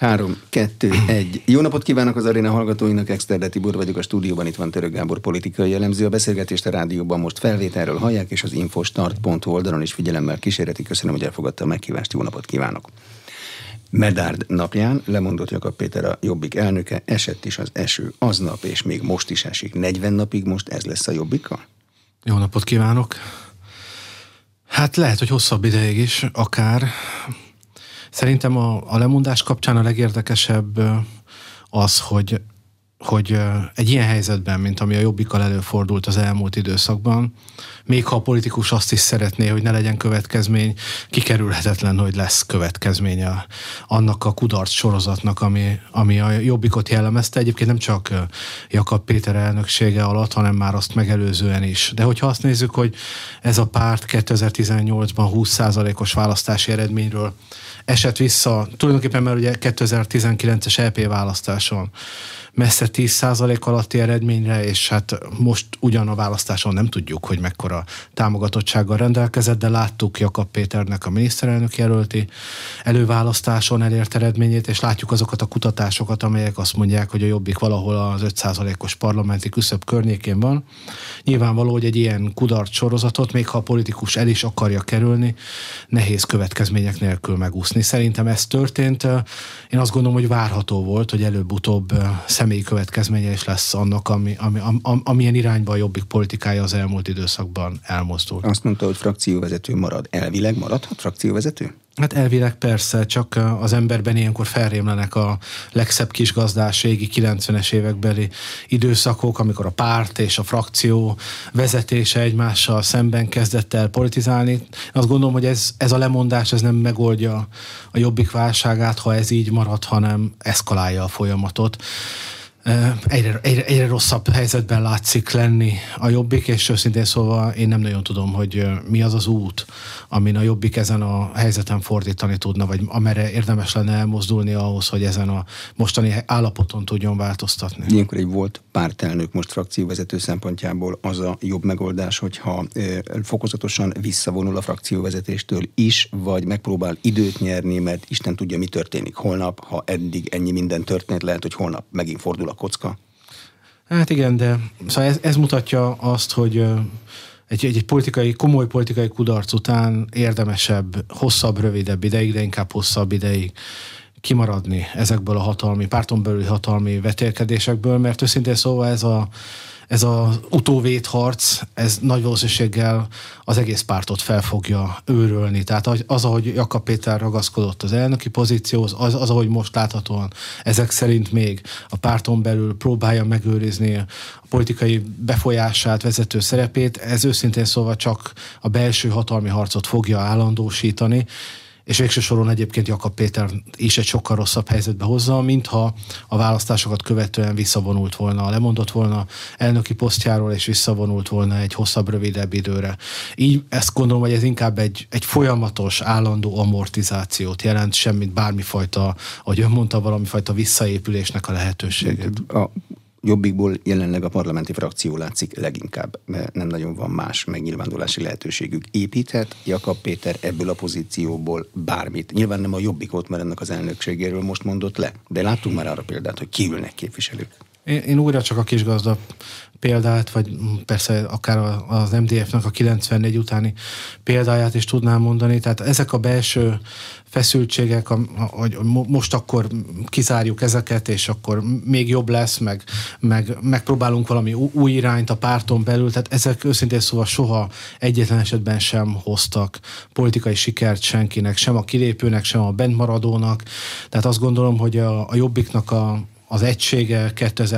3, 2, 1. Jó napot kívánok az aréna hallgatóinak, Exterde Tibor vagyok a stúdióban, itt van Török Gábor politikai elemző. A beszélgetést a rádióban most felvételről hallják, és az infostart.hu oldalon is figyelemmel kísérleti. Köszönöm, hogy elfogadta a meghívást, jó napot kívánok! Medárd napján lemondott Jakab Péter, a Jobbik elnöke, esett is az eső aznap, és még most is esik. 40 napig most ez lesz a Jobbikkal? Jó napot kívánok! Hát lehet, hogy hosszabb ideig is, akár. Szerintem a lemondás kapcsán a legérdekesebb az, hogy egy ilyen helyzetben, mint ami a Jobbikkal előfordult az elmúlt időszakban, még ha a politikus azt is szeretné, hogy ne legyen következmény, kikerülhetetlen, hogy lesz következménye annak a kudarc sorozatnak, ami a Jobbikot jellemezte. Egyébként nem csak Jakab Péter elnöksége alatt, hanem már azt megelőzően is. De hogyha azt nézzük, hogy ez a párt 2018-ban 20%-os választási eredményről esett vissza, tulajdonképpen mert ugye 2019-es EP választáson messze 10% alatti eredményre, és hát most ugyan a választáson nem tudjuk, hogy mekkora támogatottsággal rendelkezett, de láttuk Jakab Péternek a miniszterelnök jelölti előválasztáson elért eredményét, és látjuk azokat a kutatásokat, amelyek azt mondják, hogy a Jobbik valahol az 5%-os parlamenti küszöb környékén van. Nyilvánvaló, hogy egy ilyen kudarc sorozatot, még ha a politikus el is akarja kerülni, nehéz következmények nélkül megúszni. Szerintem ez történt. Én azt gondolom, hogy várható volt, hogy előbb-utóbb személyi következménye is lesz annak, amilyen irányba a Jobbik politikája az elmúlt időszakban elmozdult. Azt mondta, hogy frakcióvezető marad. Elvileg maradhat frakcióvezető? Hát elvileg persze, csak az emberben ilyenkor felrémlenek a legszebb kisgazdás régi 90-es évekbeli időszakok, amikor a párt és a frakció vezetése egymással szemben kezdett el politizálni. Azt gondolom, hogy ez a lemondás ez nem megoldja a Jobbik válságát, ha ez így marad, hanem eszkalálja a folyamatot. Egyre rosszabb helyzetben látszik lenni a Jobbik, és őszintén szóval én nem nagyon tudom, hogy mi az az út, amin a Jobbik ezen a helyzeten fordítani tudna, vagy amerre érdemes lenne elmozdulni ahhoz, hogy ezen a mostani állapoton tudjon változtatni. Ilyenkor egy volt pártelnök, most frakcióvezető szempontjából az a jobb megoldás, hogyha fokozatosan visszavonul a frakcióvezetéstől is, vagy megpróbál időt nyerni, mert Isten tudja, mi történik holnap, ha eddig ennyi minden történt, lehet, hogy holnap megint fordul a kocka. Hát igen, de szóval ez mutatja azt, hogy egy komoly politikai kudarc után érdemesebb, hosszabb, rövidebb ideig, de inkább hosszabb ideig kimaradni ezekből a párton belüli hatalmi vetélkedésekből, mert őszintén szóval ez az utóvédharc, ez nagy valószínűséggel az egész pártot fel fogja őrölni. Tehát az, ahogy Jakab Péter ragaszkodott az elnöki pozícióhoz, az, ahogy most láthatóan ezek szerint még a párton belül próbálja megőrizni a politikai befolyását, vezető szerepét, ez őszintén szóval csak a belső hatalmi harcot fogja állandósítani, és végső soron egyébként Jakab Péter is egy sokkal rosszabb helyzetbe hozza, mintha a választásokat követően visszavonult volna, lemondott volna elnöki posztjáról, és visszavonult volna egy hosszabb, rövidebb időre. Így ezt gondolom, hogy ez inkább egy folyamatos, állandó amortizációt jelent, semmit bármifajta, ahogy ön mondta, valamifajta visszaépülésnek a lehetőséget. A Jobbikból jelenleg a parlamenti frakció látszik leginkább, mert nem nagyon van más megnyilvánulási lehetőségük. Építhet Jakab Péter ebből a pozícióból bármit? Nyilván nem a Jobbikot, mert ennek az elnökségéről most mondott le, de láttunk már arra példát, hogy kiülnek képviselők. Én újra csak a kisgazda példát, vagy persze akár az MDF-nek a 94 utáni példáját is tudnám mondani. Tehát ezek a belső feszültségek, hogy most akkor kizárjuk ezeket, és akkor még jobb lesz, meg megpróbálunk valami új irányt a párton belül, tehát ezek őszintén szóval soha egyetlen esetben sem hoztak politikai sikert senkinek, sem a kilépőnek, sem a bentmaradónak. Tehát azt gondolom, hogy a Jobbiknak az egysége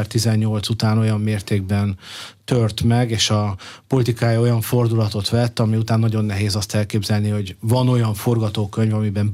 2018 után olyan mértékben tört meg, és a politikája olyan fordulatot vett, ami után nagyon nehéz azt elképzelni, hogy van olyan forgatókönyv, amiben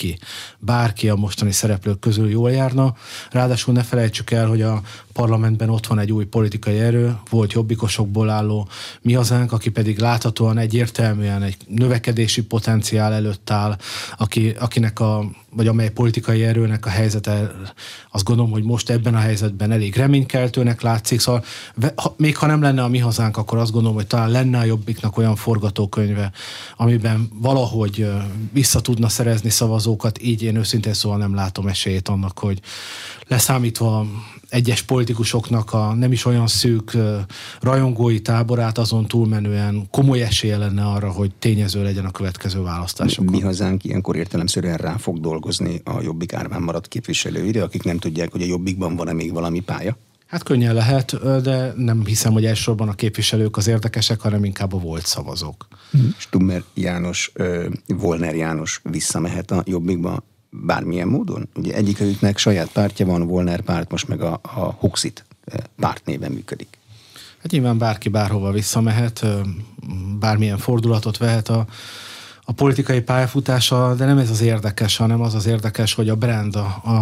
bárki a mostani szereplők közül jól járna. Ráadásul ne felejtsük el, hogy a parlamentben ott van egy új politikai erő, volt jobbikosokból álló Mi Hazánk, aki pedig láthatóan egyértelműen egy növekedési potenciál előtt áll, akinek vagy amely politikai erőnek a helyzete, azt gondolom, hogy most ebben a helyzetben elég reménykeltőnek látszik, szóval még ha nem lenne a Mi Hazánk, akkor azt gondolom, hogy talán lenne a Jobbiknak olyan forgatókönyve, amiben valahogy vissza tudna szerezni szavazókat, így én őszintén szóval nem látom esélyét annak, hogy leszámítva egyes politikusoknak a nem is olyan szűk rajongói táborát, azon túlmenően komoly esélye lenne arra, hogy tényező legyen a következő választásokon. Mi Hazánk ilyenkor értelemszerűen rá fog dolgozni a Jobbik árván maradt képviselőire, akik nem tudják, hogy a Jobbikban van-e még valami pálya? Hát könnyen lehet, de nem hiszem, hogy elsősorban a képviselők az érdekesek, hanem inkább a volt szavazók. Stumer János, Volner János visszamehet a Jobbikba bármilyen módon? Ugye egyikőjüknek saját pártja van, Volner párt, most meg a Huxit pártnéven működik. Hát nyilván bárki bárhova visszamehet, bármilyen fordulatot vehet a politikai pályafutása, de nem ez az érdekes, hanem az az érdekes, hogy a brand,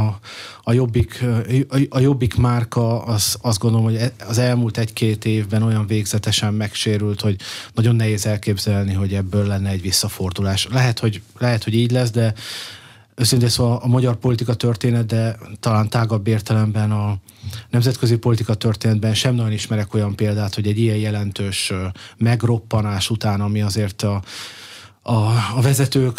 a Jobbik márka, azt gondolom, hogy az elmúlt 1-2 évben olyan végzetesen megsérült, hogy nagyon nehéz elképzelni, hogy ebből lenne egy visszafordulás. Lehet, hogy így lesz, de őszintén szóval a magyar politika történet, de talán tágabb értelemben a nemzetközi politika történetben sem nagyon ismerek olyan példát, hogy egy ilyen jelentős megroppanás után, ami azért a vezetők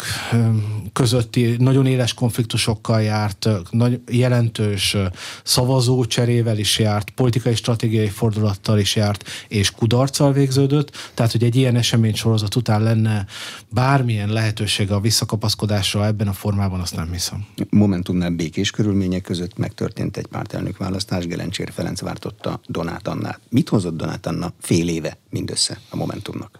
közötti nagyon éles konfliktusokkal járt, jelentős szavazócserével is járt, politikai stratégiai fordulattal is járt, és kudarccal végződött. Tehát, hogy egy ilyen eseménysorozat után lenne bármilyen lehetősége a visszakapaszkodásra ebben a formában, azt nem hiszem. Momentumnál békés körülmények között megtörtént egy pártelnök választás, Gelencsér Ferenc váltotta Donát Annát. Mit hozott Donát Anna fél éve mindössze a Momentumnak?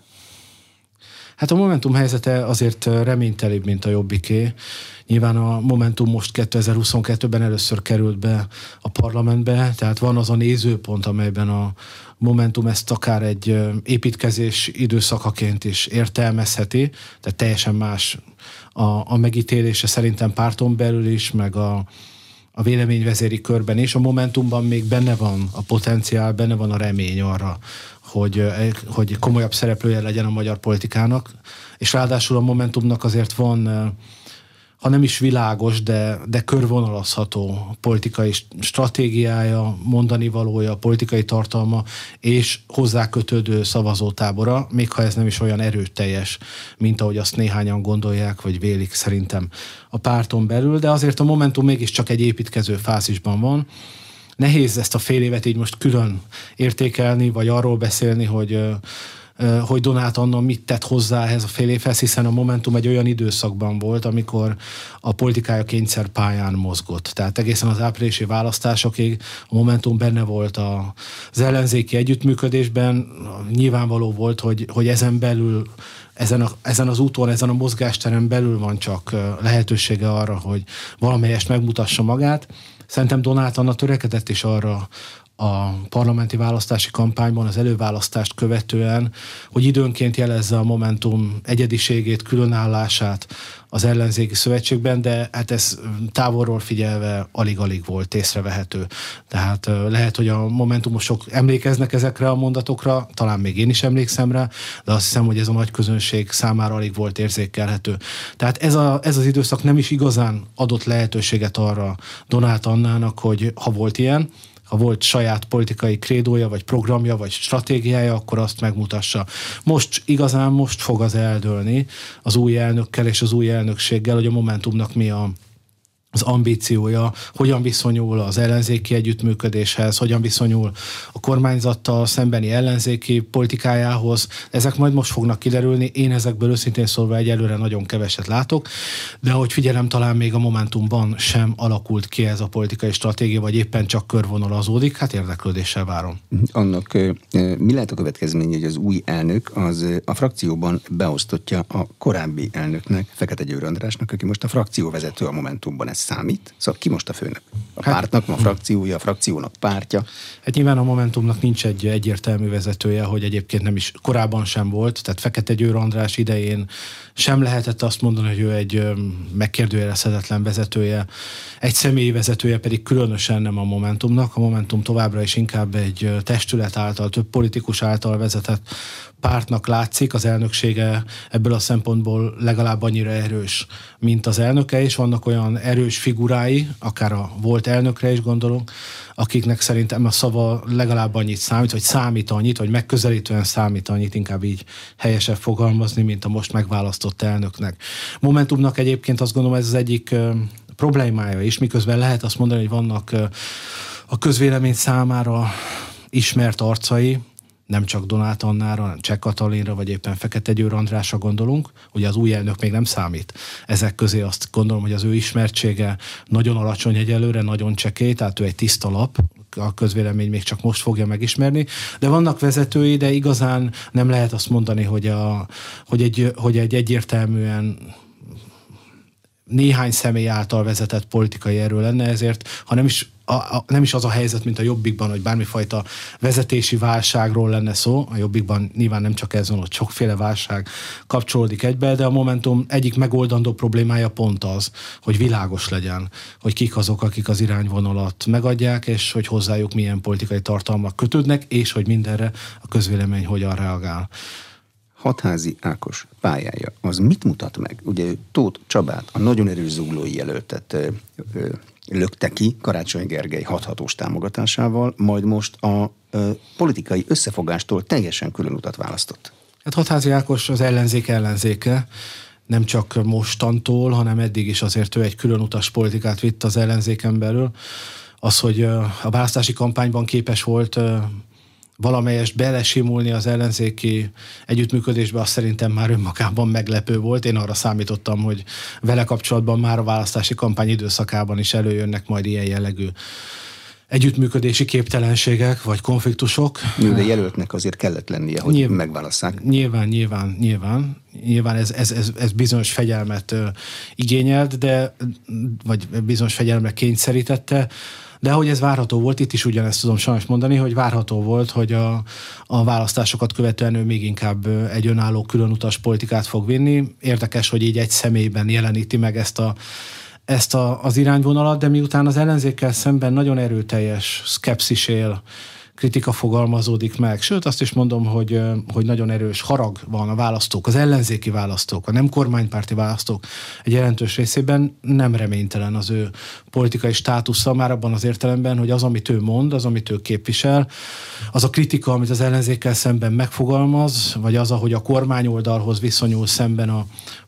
Hát a Momentum helyzete azért reménytelibb, mint a Jobbiké. Nyilván a Momentum most 2022-ben először került be a parlamentbe, tehát van az a nézőpont, amelyben a Momentum ezt akár egy építkezés időszakaként is értelmezheti, tehát teljesen más a megítélése szerintem párton belül is, meg a véleményvezéri körben is. A Momentumban még benne van a potenciál, benne van a remény arra, hogy komolyabb szereplője legyen a magyar politikának, és ráadásul a Momentumnak azért van, ha nem is világos, de körvonalazható politikai stratégiája, mondani valója, politikai tartalma, és hozzá kötődő szavazótábora, még ha ez nem is olyan erőteljes, mint ahogy azt néhányan gondolják, vagy vélik szerintem a párton belül, de azért a Momentum mégiscsak egy építkező fázisban van. Nehéz ezt a fél évet így most külön értékelni, vagy arról beszélni, hogy Donát Anna mit tett hozzá ehhez a fél évhez, hiszen a Momentum egy olyan időszakban volt, amikor a politikája kényszerpályán mozgott. Tehát egészen az áprilisi választásokig a Momentum benne volt az ellenzéki együttműködésben. Nyilvánvaló volt, hogy ezen belül, ezen az úton, ezen a mozgásteren belül van csak lehetősége arra, hogy valamelyest megmutassa magát. Szerintem Donát Anna törekedett is arra a parlamenti választási kampányban, az előválasztást követően, hogy időnként jelezze a Momentum egyediségét, különállását az ellenzéki szövetségben, de hát ez távolról figyelve alig-alig volt észrevehető. Tehát lehet, hogy a Momentumosok emlékeznek ezekre a mondatokra, talán még én is emlékszem rá, de azt hiszem, hogy ez a nagy közönség számára alig volt érzékelhető. Tehát ez az időszak nem is igazán adott lehetőséget arra Donát Annának, hogy ha volt ilyen, ha volt saját politikai krédója, vagy programja, vagy stratégiája, akkor azt megmutassa. Most fog az eldőlni az új elnökkel és az új elnökséggel, hogy a Momentumnak mi az ambíciója, hogyan viszonyul az ellenzéki együttműködéshez, hogyan viszonyul a kormányzattal szembeni ellenzéki politikájához. Ezek majd most fognak kiderülni. Én ezekből őszintén szólva egyelőre nagyon keveset látok, de ahogy figyelem, talán még a Momentumban sem alakult ki ez a politikai stratégia, vagy éppen csak körvonalazódik. Hát érdeklődéssel várom. Annak mi lehet a következménye, hogy az új elnök az a frakcióban beosztottja a korábbi elnöknek, Fekete Győr Andrásnak, aki most a frakcióvezető a Momentumban. Ez számít? Szóval ki most a főnök? A pártnak van frakciója, a frakciónak pártja? Hát nyilván a Momentumnak nincs egy egyértelmű vezetője, hogy egyébként nem is korábban sem volt, tehát Fekete Győr András idején sem lehetett azt mondani, hogy ő egy megkérdőjelezhetetlen vezetője, egy személyi vezetője pedig különösen nem a Momentumnak. A Momentum továbbra is inkább egy testület által, több politikus által vezetett pártnak látszik, az elnöksége ebből a szempontból legalább annyira erős, mint az elnöke, és vannak olyan erős figurái, akár a volt elnökre is gondolunk, akiknek szerintem a szava legalább annyit számít, vagy számít annyit, vagy megközelítően számít annyit, inkább így helyesebb fogalmazni, mint a most megválasztott elnöknek. Momentumnak egyébként azt gondolom, ez az egyik problémája is, miközben lehet azt mondani, hogy vannak a közvélemény számára ismert arcai, nem csak Donát Annára, hanem Cseh Katalinra, vagy éppen Fekete Győr Andrásra gondolunk, ugye az új elnök még nem számít. Ezek közé azt gondolom, hogy az ő ismertsége nagyon alacsony egyelőre, nagyon csekély, tehát ő egy tiszta lap, a közvélemény még csak most fogja megismerni, de vannak vezetői, de igazán nem lehet azt mondani, hogy egy egyértelműen néhány személy által vezetett politikai erő lenne, ezért, ha nem is az a helyzet, mint a Jobbikban, hogy bármifajta vezetési válságról lenne szó. A Jobbikban nyilván nem csak ez van, hogy sokféle válság kapcsolódik egybe, de a Momentum egyik megoldandó problémája pont az, hogy világos legyen, hogy kik azok, akik az irányvonalat megadják, és hogy hozzájuk milyen politikai tartalmak kötődnek, és hogy mindenre a közvélemény hogyan reagál. Hatházi Ákos pályája, az mit mutat meg? Ugye Tóth Csabát, a nagyon erős zuglói jelöltet lökte ki Karácsony Gergely hathatós támogatásával, majd most a politikai összefogástól teljesen külön utat választott. Hát Hatházi Ákos az ellenzék ellenzéke, nem csak mostantól, hanem eddig is azért ő egy külön utas politikát vitt az ellenzéken belül. Az, hogy a választási kampányban képes volt valamelyest belesimulni az ellenzéki együttműködésbe, az szerintem már önmagában meglepő volt. Én arra számítottam, hogy vele kapcsolatban már a választási kampány időszakában is előjönnek majd ilyen jellegű együttműködési képtelenségek, vagy konfliktusok. De jelöltnek azért kellett lennie, hogy megválasszák. Nyilván ez bizonyos fegyelmet igényelt, vagy bizonyos fegyelmre kényszerítette, de ahogy ez várható volt, itt is ugyanezt tudom sajnos mondani, hogy várható volt, hogy a választásokat követően ő még inkább egy önálló különutas politikát fog vinni. Érdekes, hogy így egy személyben jeleníti meg ezt az irányvonalat, de miután az ellenzékkel szemben nagyon erőteljes szkepszis él, kritika fogalmazódik meg. Sőt, azt is mondom, hogy nagyon erős harag van a választók, az ellenzéki választók, a nem kormánypárti választók egy jelentős részében nem reménytelen az ő politikai státusza, már abban az értelemben, hogy az, amit ő mond, az, amit ő képvisel, az a kritika, amit az ellenzékkel szemben megfogalmaz, vagy az, ahogy a kormányoldalhoz viszonyul szemben a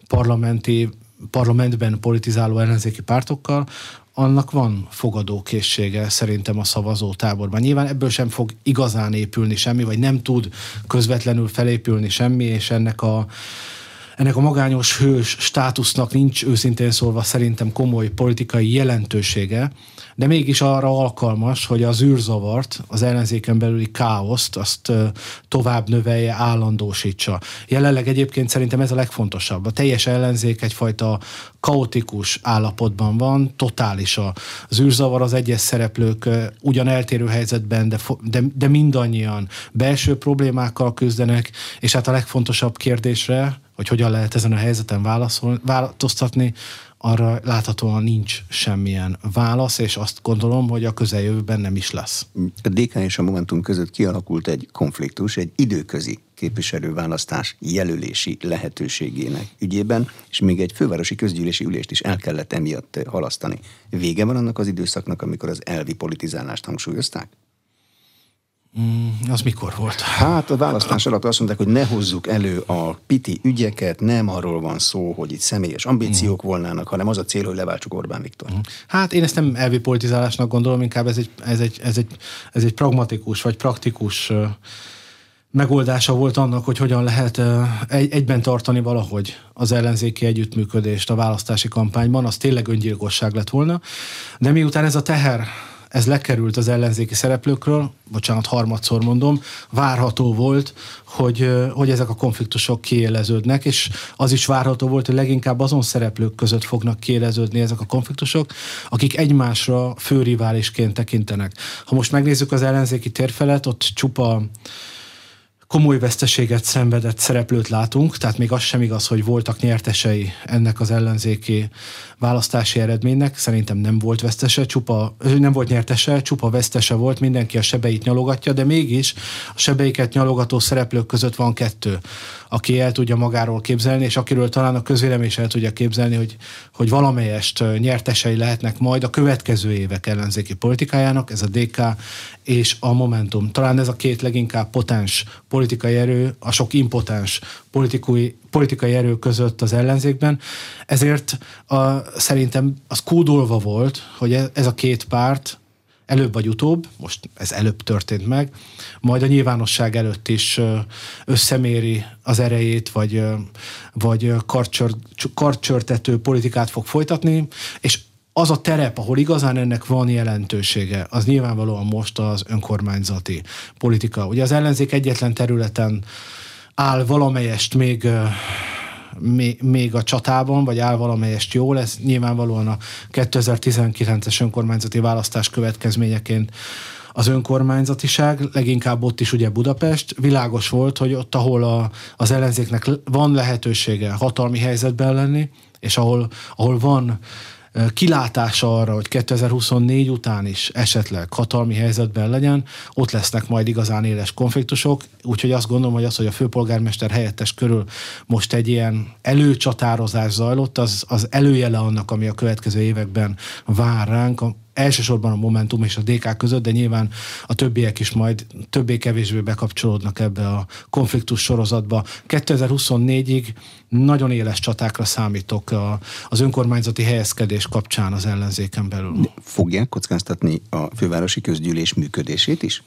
parlamentben politizáló ellenzéki pártokkal, annak van fogadókészsége szerintem a szavazó táborban. Nyilván ebből sem fog igazán épülni semmi, vagy nem tud közvetlenül felépülni semmi, és ennek a magányos hős státusznak nincs őszintén szólva szerintem komoly politikai jelentősége, de mégis arra alkalmas, hogy az űrzavart, az ellenzéken belüli káoszt, azt tovább növelje, állandósítsa. Jelenleg egyébként szerintem ez a legfontosabb. A teljes ellenzék egyfajta kaotikus állapotban van, totális az űrzavar, az egyes szereplők ugyan eltérő helyzetben, de mindannyian belső problémákkal küzdenek, és hát a legfontosabb kérdésre, hogy hogyan lehet ezen a helyzeten változtatni, arra láthatóan nincs semmilyen válasz, és azt gondolom, hogy a közeljövőben nem is lesz. A DK és a Momentum között kialakult egy konfliktus, egy időközi képviselőválasztás jelölési lehetőségének ügyében, és még egy fővárosi közgyűlési ülést is el kellett emiatt halasztani. Vége van annak az időszaknak, amikor az elvi politizálást hangsúlyozták? Az mikor volt? Hát a választás alatt azt mondták, hogy ne hozzuk elő a piti ügyeket, nem arról van szó, hogy itt személyes ambíciók volnának, hanem az a cél, hogy leváltsuk Orbán Viktor. Hát én ezt nem elvi politizálásnak gondolom, inkább ez egy pragmatikus vagy praktikus megoldása volt annak, hogy hogyan lehet egyben tartani valahogy az ellenzéki együttműködést a választási kampányban, az tényleg öngyilkosság lett volna, de miután ez a teher ez lekerült az ellenzéki szereplőkről, bocsánat, harmadszor mondom, várható volt, hogy ezek a konfliktusok kiéleződnek, és az is várható volt, hogy leginkább azon szereplők között fognak kiéleződni ezek a konfliktusok, akik egymásra főriválisként tekintenek. Ha most megnézzük az ellenzéki térfelet, ott csupa komoly veszteséget szenvedett szereplőt látunk, tehát még az sem igaz, hogy voltak nyertesei ennek az ellenzéki választási eredménynek. Szerintem nem volt nyertese, csupa vesztese volt, mindenki a sebeit nyalogatja, de mégis a sebeiket nyalogató szereplők között van kettő, aki el tudja magáról képzelni, és akiről talán a közvélemény is el tudja képzelni, hogy valamelyest nyertesei lehetnek majd a következő évek ellenzéki politikájának, ez a DK és a Momentum. Talán ez a két leginkább potens politikai erő, a sok impotens politikai erő között az ellenzékben. Ezért szerintem az kódolva volt, hogy ez a két párt előbb vagy utóbb, most ez előbb történt meg, majd a nyilvánosság előtt is összeméri az erejét, vagy karcsörtető politikát fog folytatni, és az a terep, ahol igazán ennek van jelentősége, az nyilvánvalóan most az önkormányzati politika. Ugye az ellenzék egyetlen területen áll valamelyest még a csatában, vagy áll valamelyest jól, ez nyilvánvalóan a 2019-es önkormányzati választás következményeként az önkormányzatiság, leginkább ott is ugye Budapest. Világos volt, hogy ott, ahol az ellenzéknek van lehetősége hatalmi helyzetben lenni, és ahol van kilátása arra, hogy 2024 után is esetleg hatalmi helyzetben legyen, ott lesznek majd igazán éles konfliktusok, úgyhogy azt gondolom, hogy az, hogy a főpolgármester helyettes körül most egy ilyen előcsatározás zajlott, az előjele annak, ami a következő években vár ránk, elsősorban a Momentum és a DK között, de nyilván a többiek is majd többé-kevésbé bekapcsolódnak ebbe a konfliktus sorozatba. 2024-ig nagyon éles csatákra számítok az önkormányzati helyezkedés kapcsán az ellenzéken belül. Fogják kockáztatni a fővárosi közgyűlés működését is?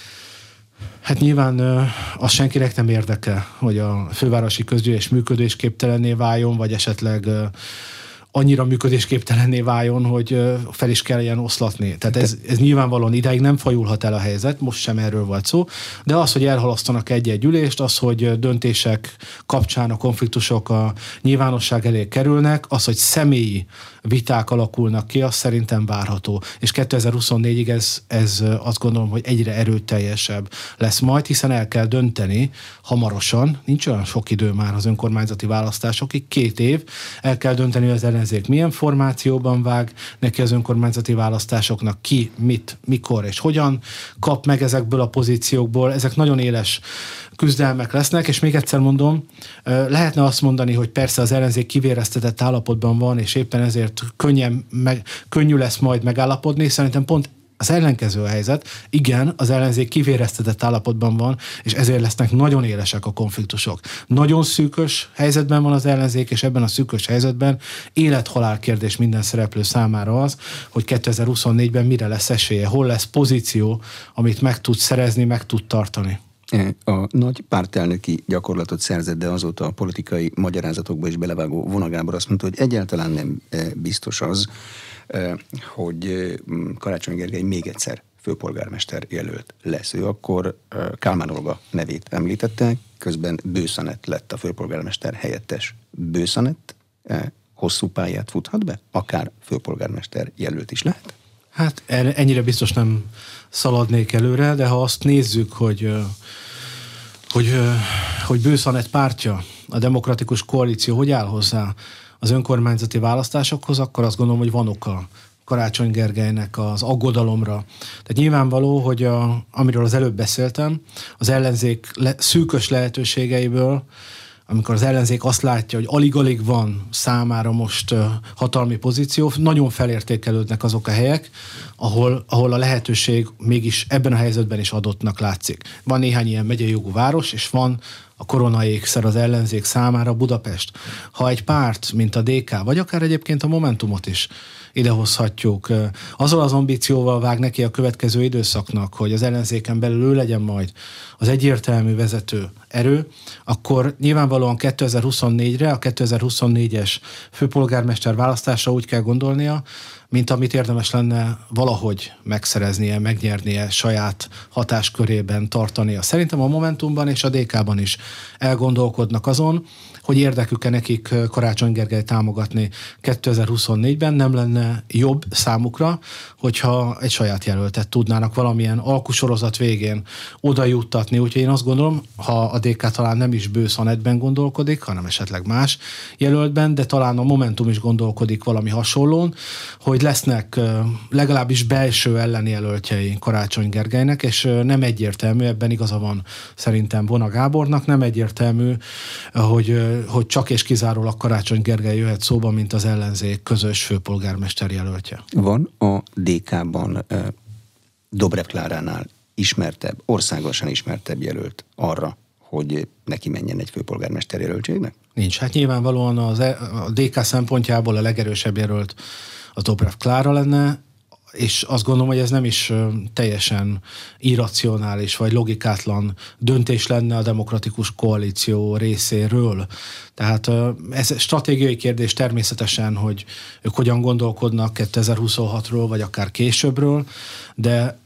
Hát nyilván az senkinek nem érdeke, hogy a fővárosi közgyűlés működésképtelenné váljon, vagy esetleg annyira működésképtelenné váljon, hogy fel is kelljen oszlatni. Tehát ez nyilvánvalóan idáig nem fajulhat el a helyzet, most sem erről volt szó, de az, hogy elhalasztanak egy-egy ülést, az, hogy döntések kapcsán a konfliktusok a nyilvánosság elé kerülnek, az, hogy személyi viták alakulnak ki, az szerintem várható. És 2024-ig ez azt gondolom, hogy egyre erőteljesebb lesz majd, hiszen el kell dönteni hamarosan, nincs olyan sok idő már az önkormányzati választásokig, 2 év, el kell dönteni, hogy az ellenzék milyen formációban vág neki az önkormányzati választásoknak, ki, mit, mikor és hogyan kap meg ezekből a pozíciókból. Ezek nagyon éles küzdelmek lesznek, és még egyszer mondom, lehetne azt mondani, hogy persze az ellenzék kivéreztetett állapotban van, és éppen ezért könnyű lesz majd megállapodni. Szerintem pont az ellenkező a helyzet. Igen, az ellenzék kivéreztetett állapotban van, és ezért lesznek nagyon élesek a konfliktusok. Nagyon szűkös helyzetben van az ellenzék, és ebben a szűkös helyzetben élet-halál kérdés minden szereplő számára az, hogy 2024-ben mire lesz esélye, hol lesz pozíció, amit meg tud szerezni, meg tud tartani. A nagy pártelnöki gyakorlatot szerzett, de azóta a politikai magyarázatokba is belevágó Vona Gábor azt mondta, hogy egyáltalán nem biztos az, hogy Karácsony Gergely még egyszer főpolgármester jelölt lesz. Ő akkor Kálmán Olga nevét említette, közben Bősz Anett lett a főpolgármester helyettes. Bősz Anett hosszú pályát futhat be? Akár főpolgármester jelölt is lehet? Hát ennyire biztos nem szaladnék előre, de ha azt nézzük, hogy Bősz Anett pártja, a Demokratikus Koalíció hogy áll hozzá az önkormányzati választásokhoz, akkor azt gondolom, hogy van oka Karácsony Gergelynek az aggodalomra. Tehát nyilvánvaló, hogy amiről az előbb beszéltem, az ellenzék szűkös lehetőségeiből, amikor az ellenzék azt látja, hogy alig-alig van számára most hatalmi pozíció, nagyon felértékelődnek azok a helyek, ahol a lehetőség mégis ebben a helyzetben is adottnak látszik. Van néhány ilyen megyei jogú város, és van a koronaékszer az ellenzék számára Budapest. Ha egy párt, mint a DK, vagy akár egyébként a Momentumot is idehozhatjuk, azzal az ambícióval vág neki a következő időszaknak, hogy az ellenzéken belül ő legyen majd az egyértelmű vezető erő, akkor nyilvánvalóan 2024-re, a 2024-es főpolgármester választásra úgy kell gondolnia, mint amit érdemes lenne valahogy megszereznie, megnyernie, saját hatáskörében tartania. Szerintem a Momentumban és a DK-ban is elgondolkodnak azon, hogy érdekük-e nekik Karácsony Gergely támogatni 2024-ben, nem lenne jobb számukra, hogyha egy saját jelöltet tudnának valamilyen alkusorozat végén oda juttatni. Úgyhogy én azt gondolom, ha a DK talán nem is Bősz Annettben gondolkodik, hanem esetleg más jelöltben, de talán a Momentum is gondolkodik valami hasonlón, hogy lesznek legalábbis belső ellenjelöltjei Karácsony Gergelynek, és nem egyértelmű, ebben igaza van szerintem Vona Gábornak, nem egyértelmű, hogy csak és kizárólag Karácsony Gergely jöhet szóba, mint az ellenzék közös főpolgármester jelöltje. Van a DK-ban Dobrev Kláránál ismertebb, országosan ismertebb jelölt arra, hogy neki menjen egy főpolgármester jelöltségnek? Nincs. Hát nyilvánvalóan a DK szempontjából a legerősebb jelölt a Dobrev Klára lenne, és azt gondolom, hogy ez nem is teljesen irracionális vagy logikátlan döntés lenne a demokratikus koalíció részéről. Tehát ez stratégiai kérdés természetesen, hogy ők hogyan gondolkodnak 2026-ról, vagy akár későbbről, de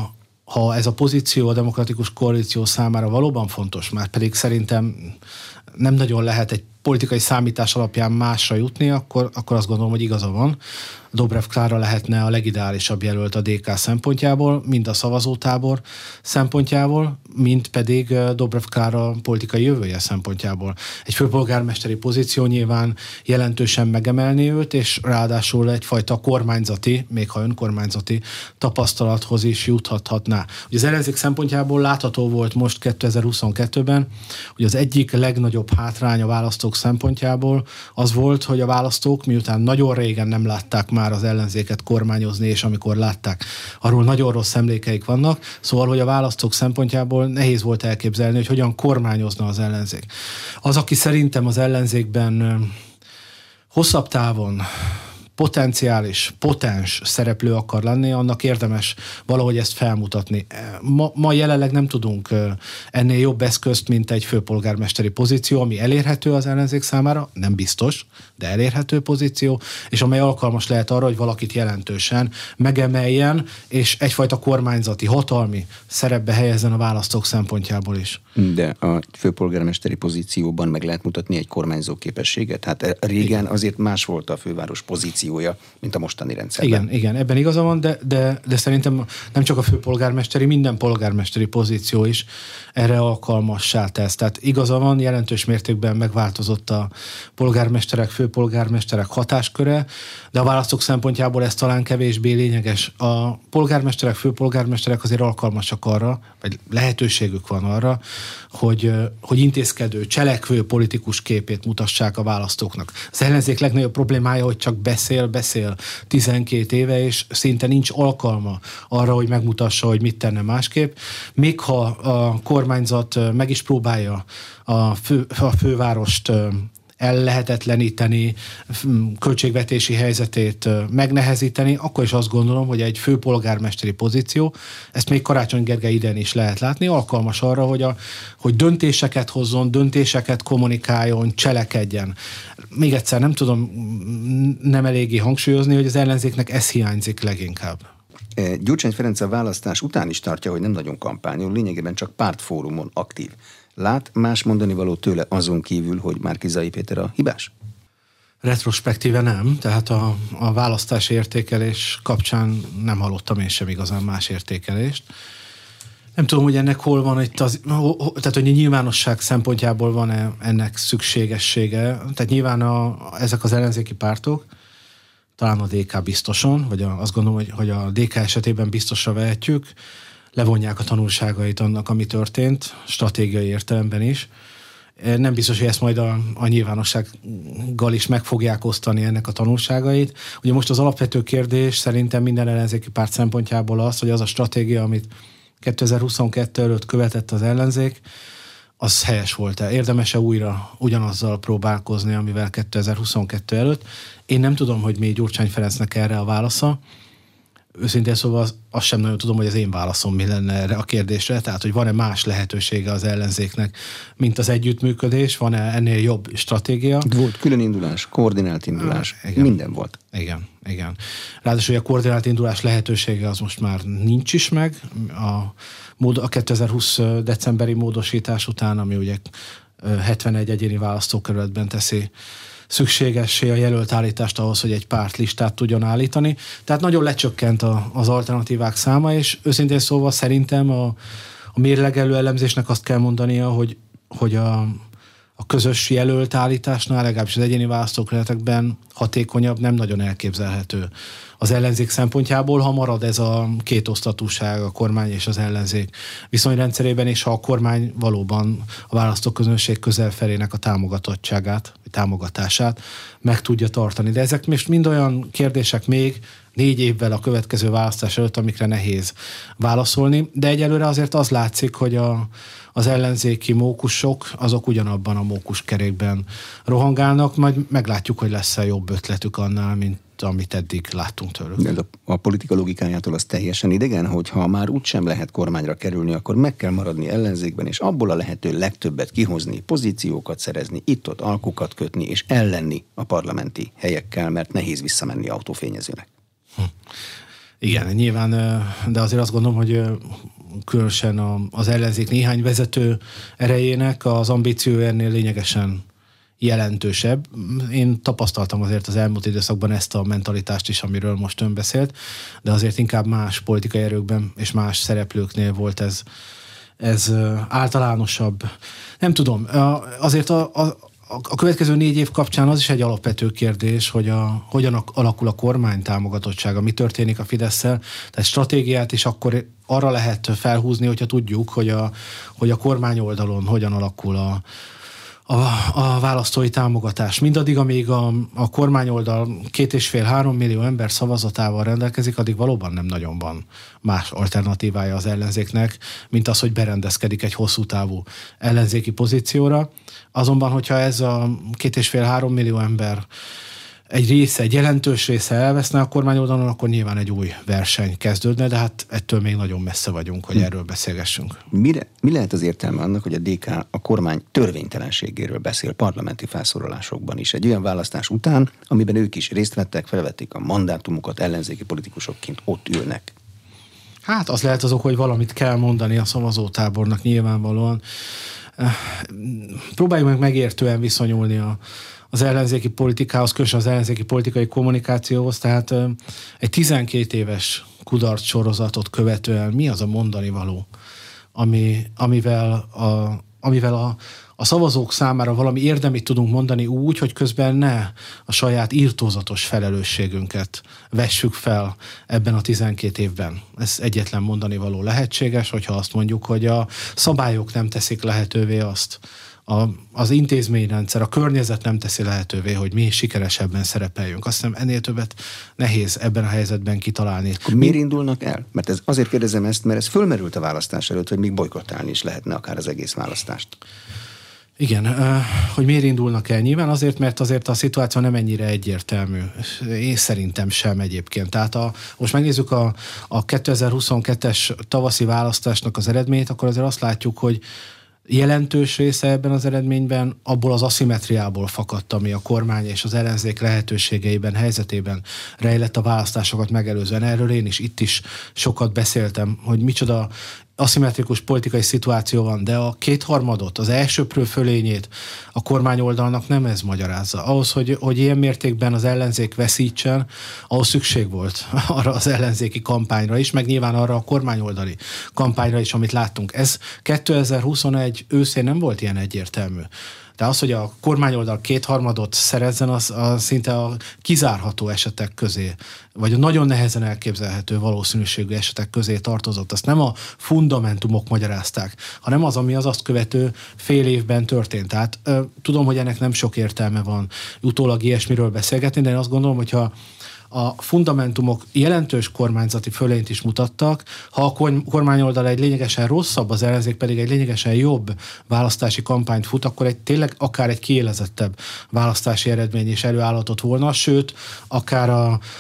ha ez a pozíció a demokratikus koalíció számára valóban fontos, már pedig szerintem nem nagyon lehet egy politikai számítás alapján másra jutni, akkor azt gondolom, hogy igaza van. Dobrev Klára lehetne a legideálisabb jelölt a DK szempontjából, mind a szavazótábor szempontjából, mind pedig Dobrev Klára politikai jövője szempontjából. Egy főpolgármesteri pozíció nyilván jelentősen megemelni őt, és ráadásul egyfajta kormányzati, még ha önkormányzati tapasztalathoz is juthatná. Ugye az ellenzék szempontjából látható volt most 2022-ben, hogy az egyik legnagyobb hátrány a választók szempontjából az volt, hogy a választók, miután nagyon régen nem látták már az ellenzéket kormányozni, és amikor látták, arról nagyon rossz emlékeik vannak, szóval, hogy a választók szempontjából nehéz volt elképzelni, hogy hogyan kormányozna az ellenzék. Az, aki szerintem az ellenzékben hosszabb távon potens szereplő akar lenni, annak érdemes valahogy ezt felmutatni. Ma jelenleg nem tudunk ennél jobb eszközt, mint egy főpolgármesteri pozíció, ami elérhető az ellenzék számára, nem biztos, de elérhető pozíció, és amely alkalmas lehet arra, hogy valakit jelentősen megemeljen, és egyfajta kormányzati, hatalmi szerepbe helyezzen a választók szempontjából is. De a főpolgármesteri pozícióban meg lehet mutatni egy kormányzó képességet? Hát régen azért más volt a főváros pozíciója, mint a mostani rendszerben. Igen, ebben igaza van, de szerintem nem csak a főpolgármesteri, minden polgármesteri pozíció is erre alkalmassá tesz. Tehát igaza van, jelentős mértékben megváltozott a polgármesterek, főpolgármesterek hatásköre, de a választók szempontjából ez talán kevésbé lényeges. A polgármesterek, főpolgármesterek azért alkalmasak arra, vagy lehetőségük van arra, hogy intézkedő, cselekvő politikus képét mutassák a választóknak. Az ellenzék legnagyobb problémája, hogy csak beszél 12 éve, és szinte nincs alkalma arra, hogy megmutassa, hogy mit tenne másképp. Még ha a kormányzat meg is próbálja a fővárost ellehetetleníteni, költségvetési helyzetét megnehezíteni, akkor is azt gondolom, hogy egy főpolgármesteri pozíció, ezt még Karácsony Gergely idején is lehet látni, alkalmas arra, hogy döntéseket hozzon, döntéseket kommunikáljon, cselekedjen. Még egyszer nem tudom nem eléggé hangsúlyozni, hogy az ellenzéknek ez hiányzik leginkább. Gyurcsány Ferenc a választás után is tartja, hogy nem nagyon kampányol, lényegében csak pártfórumon aktív. Lát más mondani való tőle azon kívül, hogy Márki-Zay Péter a hibás? Retrospektíve nem, tehát a választási értékelés kapcsán nem hallottam én sem igazán más értékelést. Nem tudom, hogy ennek hol van itt tehát hogy a nyilvánosság szempontjából van-e ennek szükségessége. Tehát nyilván ezek az ellenzéki pártok, talán a DK biztosan, vagy azt gondolom, hogy a DK esetében biztosra vehetjük, levonják a tanulságait annak, ami történt, stratégiai értelemben is. Nem biztos, hogy ezt majd a nyilvánossággal is meg fogják osztani ennek a tanulságait. Ugye most az alapvető kérdés szerintem minden ellenzéki párt szempontjából az, hogy az a stratégia, amit 2022 előtt követett az ellenzék, az helyes volt-e? Érdemes-e újra ugyanazzal próbálkozni, amivel 2022 előtt? Én nem tudom, hogy mi Gyurcsány Ferencnek erre a válasza. őszintén szóval azt sem nagyon tudom, hogy az én válaszom mi lenne erre a kérdésre, tehát hogy van-e más lehetősége az ellenzéknek, mint az együttműködés, van-e ennél jobb stratégia? Volt külön indulás, koordinált indulás, minden volt. Igen. Ráadásul a koordinált indulás lehetősége az most már nincs is meg. A 2020 decemberi módosítás után, ami ugye 71 egyéni választókerületben teszi szükségessé a jelöltállítást ahhoz, hogy egy párt listát tudjon állítani. Tehát nagyon lecsökkent az alternatívák száma, és őszintén szóval szerintem a mérlegelő elemzésnek azt kell mondania, hogy a közös jelöltállításnál, legalábbis az egyéni választókerületekben hatékonyabb, nem nagyon elképzelhető az ellenzék szempontjából, ha marad ez a kétosztatúság, a kormány és az ellenzék viszonyrendszerében, és ha a kormány valóban a választóközönség közelfelének a támogatottságát, vagy támogatását meg tudja tartani. De ezek most mind olyan kérdések még 4 évvel a következő választás előtt, amikre nehéz válaszolni, de egyelőre azért az látszik, hogy az ellenzéki mókusok, azok ugyanabban a mókuskerékben rohangálnak, majd meglátjuk, hogy lesz-e jobb ötletük annál, mint amit eddig láttunk tőlük. De a politika logikájától az teljesen idegen, hogy ha már úgysem lehet kormányra kerülni, akkor meg kell maradni ellenzékben, és abból a lehető legtöbbet kihozni, pozíciókat szerezni, itt-ott alkukat kötni, és ellenni a parlamenti helyekkel, mert nehéz visszamenni autófényezőnek. Igen, nyilván, de azért azt gondolom, hogy különösen az ellenzék néhány vezető erejének az ambíciója ennél lényegesen jelentősebb. Én tapasztaltam azért az elmúlt időszakban ezt a mentalitást is, amiről most ön beszélt, de azért inkább más politikai erőkben és más szereplőknél volt ez általánosabb. Nem tudom, azért a következő 4 év kapcsán az is egy alapvető kérdés, hogy hogyan alakul a kormány támogatottsága, mi történik a Fidesszel. Tehát stratégiát is akkor arra lehet felhúzni, hogyha tudjuk, hogy a kormány oldalon hogyan alakul a választói támogatás. Mindaddig, amíg a kormányoldal 2,5-3 millió ember szavazatával rendelkezik, addig valóban nem nagyon van más alternatívája az ellenzéknek, mint az, hogy berendezkedik egy hosszú távú ellenzéki pozícióra. Azonban, hogyha ez a 2,5-3 millió ember egy jelentős része elveszne a kormányoldalon, akkor nyilván egy új verseny kezdődne, de hát ettől még nagyon messze vagyunk, hogy erről beszélgessünk. Mi lehet az értelme annak, hogy a DK a kormány törvénytelenségéről beszél parlamenti felszólalásokban is, egy olyan választás után, amiben ők is részt vettek, felvették a mandátumukat, ellenzéki politikusokként ott ülnek? Hát az lehet azok, hogy valamit kell mondani a szavazótábornak nyilvánvalóan. Próbáljuk meg megértően viszonyulni az ellenzéki politikához, különösen az ellenzéki politikai kommunikációhoz, tehát egy 12 éves kudarc sorozatot követően mi az a mondani való, amivel a szavazók számára valami érdemit tudunk mondani úgy, hogy közben ne a saját irtózatos felelősségünket vessük fel ebben a 12 évben. Ez egyetlen mondani való lehetséges, hogyha azt mondjuk, hogy a szabályok nem teszik lehetővé azt, az intézményrendszer, a környezet nem teszi lehetővé, hogy mi sikeresebben szerepeljünk. Azt hiszem, ennél többet nehéz ebben a helyzetben kitalálni. Akkor miért indulnak el? Mert azért kérdezem ezt, mert ez fölmerült a választás előtt, hogy még bojkottálni is lehetne akár az egész választást. Igen, hogy miért indulnak el? Nyilván azért, mert azért a szituáció nem ennyire egyértelmű. Én szerintem sem egyébként. Tehát most megnézzük a 2022-es tavaszi választásnak az eredményét, akkor azért azt látjuk, hogy jelentős része ebben az eredményben abból az aszimetriából fakadt, ami a kormány és az ellenzék lehetőségeiben, helyzetében rejlett a választásokat megelőzően. Erről én is itt is sokat beszéltem, hogy micsoda aszimmetrikus politikai szituáció van, de a 2/3, az elsöprő fölényét a kormányoldalnak nem ez magyarázza. Ahhoz, hogy ilyen mértékben az ellenzék veszítsen, ahhoz szükség volt arra az ellenzéki kampányra is, meg nyilván arra a kormányoldali kampányra is, amit láttunk. Ez 2021 őszén nem volt ilyen egyértelmű. De az, hogy a kormányoldal 2/3 szerezzen, az szinte a kizárható esetek közé, vagy a nagyon nehezen elképzelhető valószínűségű esetek közé tartozott. Azt nem a fundamentumok magyarázták, hanem az, ami az azt követő fél évben történt. Tehát tudom, hogy ennek nem sok értelme van utólag ilyesmiről beszélgetni, de én azt gondolom, hogyha a fundamentumok jelentős kormányzati fölényt is mutattak, ha a kormányoldal egy lényegesen rosszabb, az ellenzék pedig egy lényegesen jobb választási kampányt fut, akkor tényleg akár egy kiélezettebb választási eredmény is előállhatott volna, sőt, akár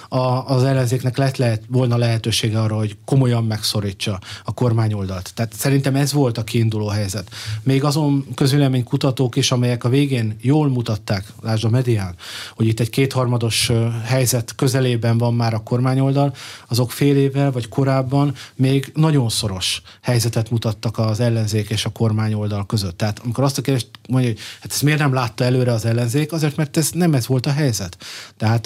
az ellenzéknek lett volna lehetősége arra, hogy komolyan megszorítsa a kormányoldalt. Tehát szerintem ez volt a kiinduló helyzet. Még azon közvéleménykutatók is, amelyek a végén jól mutatták, lásd a Medián, hogy itt egy kétharmados helyzet közelében van már a kormányoldal, azok fél évvel vagy korábban még nagyon szoros helyzetet mutattak az ellenzék és a kormányoldal között. Tehát amikor azt a kérdést mondja, hogy hát ezt miért nem látta előre az ellenzék, azért, mert nem ez volt a helyzet. Tehát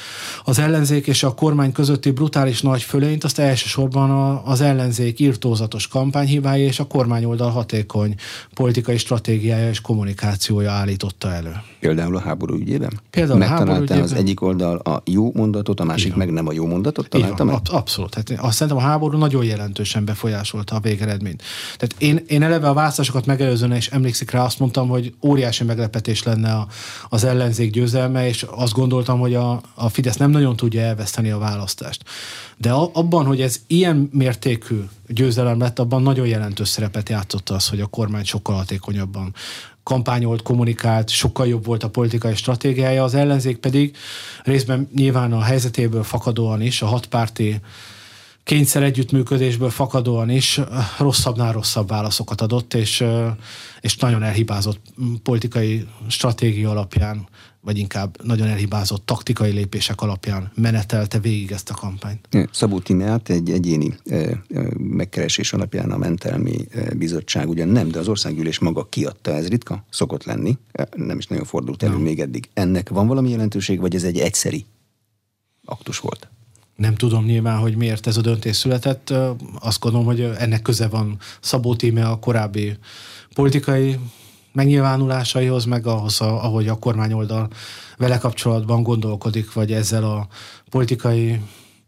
az ellenzék és a kormány közötti brutális nagy fölényt azt elsősorban az ellenzék irtózatos kampányhibája és a kormányoldal hatékony politikai stratégiája és kommunikációja állította elő. Például a háború ügyében? Megtalálta az egyik oldal a jó mondatot, a másik meg nem a jó mondatot találta meg? Abszolút. Hát azt szerintem a háború nagyon jelentősen befolyásolta a végeredményt. Tehát én eleve a választásokat megelőzően is emlékszik rá, azt mondtam, hogy óriási meglepetés lenne az ellenzék győzelme, és azt gondoltam, hogy a Fidesz nem nagyon tudja elveszteni a választást. De abban, hogy ez ilyen mértékű győzelem lett, abban nagyon jelentős szerepet játszott az, hogy a kormány sokkal hatékonyabban kampányolt, kommunikált, sokkal jobb volt a politikai stratégiája, az ellenzék pedig részben nyilván a helyzetéből fakadóan is, a hatpárti kényszer együttműködésből fakadóan is rosszabbnál rosszabb válaszokat adott, és nagyon elhibázott politikai stratégia alapján, vagy inkább nagyon elhibázott taktikai lépések alapján menetelte végig ezt a kampányt. Szabó Tímeát egy egyéni megkeresés alapján a Mentelmi Bizottság ugyan nem, de az országgyűlés maga kiadta, ez ritka szokott lenni, nem is nagyon fordult elő még eddig. Ennek van valami jelentőség, vagy ez egy egyszeri aktus volt? Nem tudom nyilván, hogy miért ez a döntés született. Azt gondolom, hogy ennek köze van Szabó Tíme a korábbi politikai megnyilvánulásaihoz, meg ahhoz, ahogy a kormányoldal vele kapcsolatban gondolkodik, vagy ezzel a politikai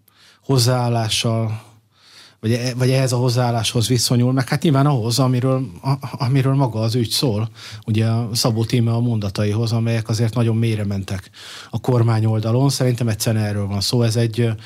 hozzáállással, vagy ehhez a hozzáálláshoz viszonyul, meg hát nyilván ahhoz, amiről maga az ügy szól, ugye a Szabó Tíme a mondataihoz, amelyek azért nagyon mélyre mentek a kormányoldalon. Szerintem egyszerűen erről van szó. Ez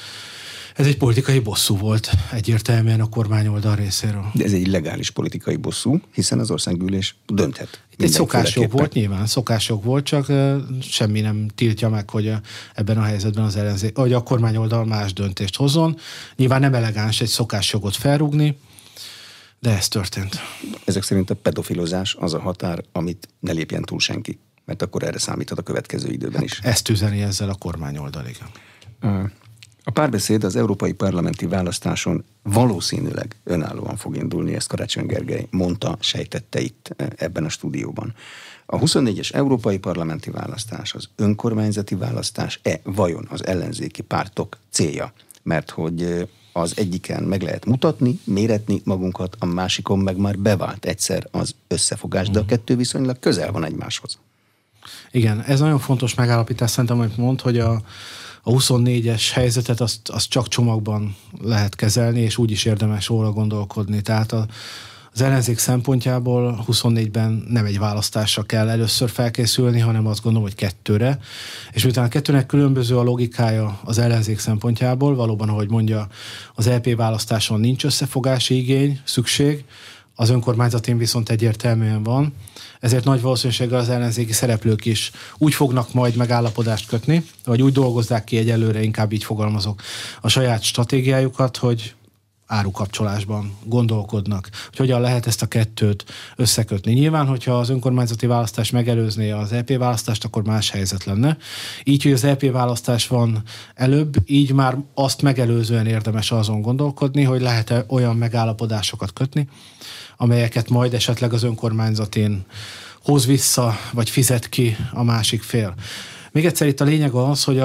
egy politikai bosszú volt egyértelműen a kormányoldal részéről. De ez egy illegális politikai bosszú, hiszen az országgyűlés dönthet. Egy szokásjog volt, nyilván szokásjog volt, csak semmi nem tiltja meg, hogy ebben a helyzetben az ellenzék, hogy a kormányoldal más döntést hozzon. Nyilván nem elegáns egy szokásjogot felrúgni, de ez történt. Ezek szerint a pedofilozás az a határ, amit ne lépjen túl senki, mert akkor erre számíthat a következő időben is. Ezt üzeni ezzel a kormányoldal, igen. A párbeszéd az európai parlamenti választáson valószínűleg önállóan fog indulni, ezt Karácsony Gergely mondta, sejtette itt ebben a stúdióban. A 24-es európai parlamenti választás az önkormányzati választás-e vajon az ellenzéki pártok célja? Mert hogy az egyiken meg lehet mutatni, méretni magunkat, a másikon meg már bevált egyszer az összefogás, de a kettő viszonylag közel van egymáshoz. Igen, ez nagyon fontos megállapítás szerintem, amit mond, hogy a 24-es helyzetet azt csak csomagban lehet kezelni, és úgy is érdemes róla gondolkodni. Tehát az ellenzék szempontjából 24-ben nem egy választásra kell először felkészülni, hanem azt gondolom, hogy kettőre. És miután a kettőnek különböző a logikája az ellenzék szempontjából, valóban, ahogy mondja, az EP választáson nincs összefogási igény, szükség, az önkormányzatén viszont egyértelműen van, ezért nagy valószínűséggel az ellenzéki szereplők is úgy fognak majd megállapodást kötni, vagy úgy dolgozzák ki egyelőre, inkább így fogalmazok, a saját stratégiájukat, hogy árukapcsolásban gondolkodnak, hogy hogyan lehet ezt a kettőt összekötni. Nyilván, hogyha az önkormányzati választás megelőzné az EP választást, akkor más helyzet lenne. Így, hogy az EP választás van előbb, így már azt megelőzően érdemes azon gondolkodni, hogy lehet-e olyan megállapodásokat kötni, amelyeket majd esetleg az önkormányzatén hoz vissza, vagy fizet ki a másik fél. Még egyszer itt a lényeg az, hogy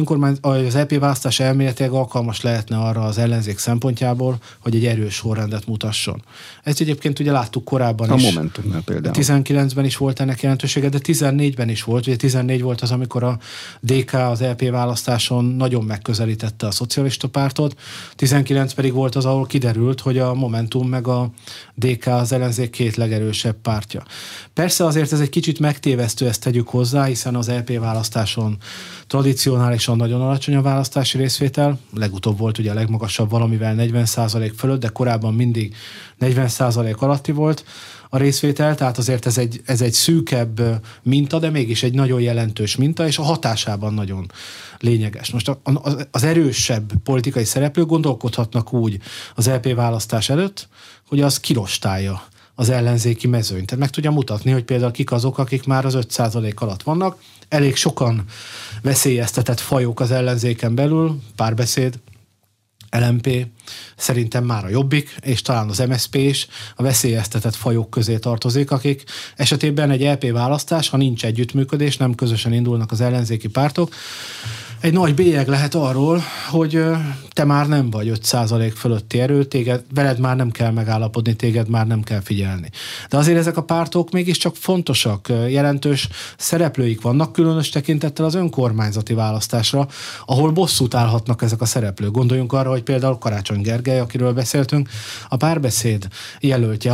az EP választás elméletileg alkalmas lehetne arra az ellenzék szempontjából, hogy egy erős sorrendet mutasson. Ezt egyébként ugye láttuk korábban is. A Momentumnál például. 19-ben is volt ennek jelentősége, de 14-ben is volt. Ugye 14 volt az, amikor a DK az EP választáson nagyon megközelítette a szocialista pártot, 19 pedig volt az, ahol kiderült, hogy a Momentum meg a DK az ellenzék két legerősebb pártja. Persze azért ez egy kicsit megtévesztő, ezt tegyük hozzá, hiszen az EP választás választáson tradicionálisan nagyon alacsony a választási részvétel. Legutóbb volt ugye a legmagasabb valamivel 40% fölött, de korábban mindig 40% alatti volt a részvétel, tehát azért ez egy szűkebb minta, de mégis egy nagyon jelentős minta, és a hatásában nagyon lényeges. Most az erősebb politikai szereplők gondolkodhatnak úgy az EP választás előtt, hogy az kirostálja az ellenzéki mezőnyt. Tehát meg tudja mutatni, hogy például kik azok, akik már az 5% alatt vannak. Elég sokan veszélyeztetett fajok az ellenzéken belül, Párbeszéd, LMP, szerintem már a Jobbik, és talán az MSZP is a veszélyeztetett fajok közé tartozik, akik esetében egy EP választás, ha nincs együttműködés, nem közösen indulnak az ellenzéki pártok, egy nagy bélyeg lehet arról, hogy te már nem vagy 5% fölötti erő, veled már nem kell megállapodni, téged már nem kell figyelni. De azért ezek a pártok mégiscsak fontosak, jelentős szereplőik vannak, különös tekintettel az önkormányzati választásra, ahol bosszút állhatnak ezek a szereplők. Gondoljunk arra, hogy például Karácsony Gergely, akiről beszéltünk, a Párbeszéd jelöltje.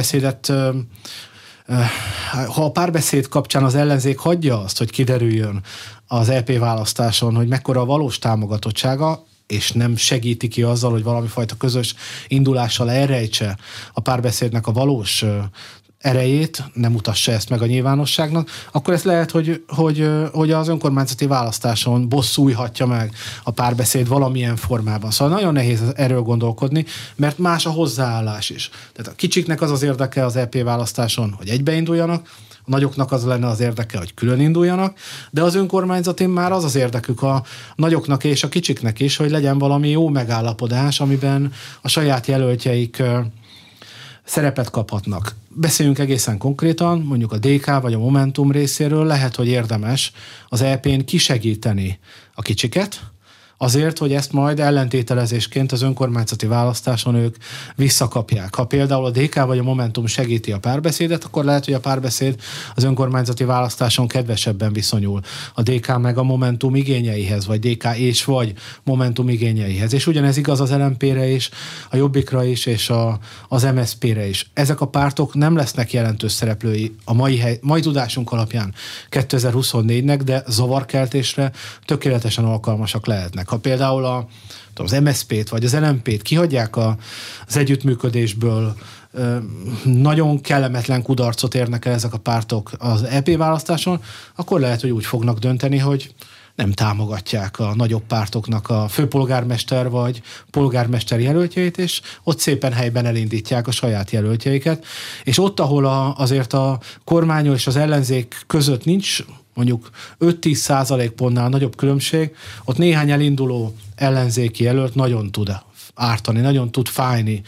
Ha a Párbeszéd kapcsán az ellenzék hagyja azt, hogy kiderüljön az EP választáson, hogy mekkora a valós támogatottsága, és nem segíti ki azzal, hogy valami fajta közös indulással elrejtse a Párbeszédnek a valós erejét, nem mutassa ezt meg a nyilvánosságnak, akkor ez lehet, hogy az önkormányzati választáson bosszújhatja meg a Párbeszéd valamilyen formában. Szóval nagyon nehéz erről gondolkodni, mert más a hozzáállás is. Tehát a kicsiknek az érdeke az EP választáson, hogy egybeinduljanak, a nagyoknak az lenne az érdeke, hogy külön induljanak, de az önkormányzatin már az érdekük a nagyoknak és a kicsiknek is, hogy legyen valami jó megállapodás, amiben a saját jelöltjeik szerepet kaphatnak. Beszéljünk egészen konkrétan, mondjuk a DK vagy a Momentum részéről lehet, hogy érdemes az EP-n kisegíteni a kicsiket, azért, hogy ezt majd ellentételezésként az önkormányzati választáson ők visszakapják. Ha például a DK vagy a Momentum segíti a Párbeszédet, akkor lehet, hogy a Párbeszéd az önkormányzati választáson kedvesebben viszonyul a DK meg a Momentum igényeihez, vagy DK és vagy Momentum igényeihez. És ugyanez igaz az LMP-re is, a Jobbikra is, és az MSZP-re is. Ezek a pártok nem lesznek jelentős szereplői a mai tudásunk alapján 2024-nek, de zavarkeltésre tökéletesen alkalmasak lehetnek. Ha például az MSZP-t vagy az LMP-t kihagyják az együttműködésből, nagyon kellemetlen kudarcot érnek el ezek a pártok az EP választáson, akkor lehet, hogy úgy fognak dönteni, hogy nem támogatják a nagyobb pártoknak a főpolgármester vagy polgármester jelöltjeit, és ott szépen helyben elindítják a saját jelöltjeiket. És ott, ahol azért a kormány és az ellenzék között nincs mondjuk 5-10% pontnál nagyobb különbség, ott néhány elinduló ellenzéki jelölt nagyon tud ártani, nagyon tud fájni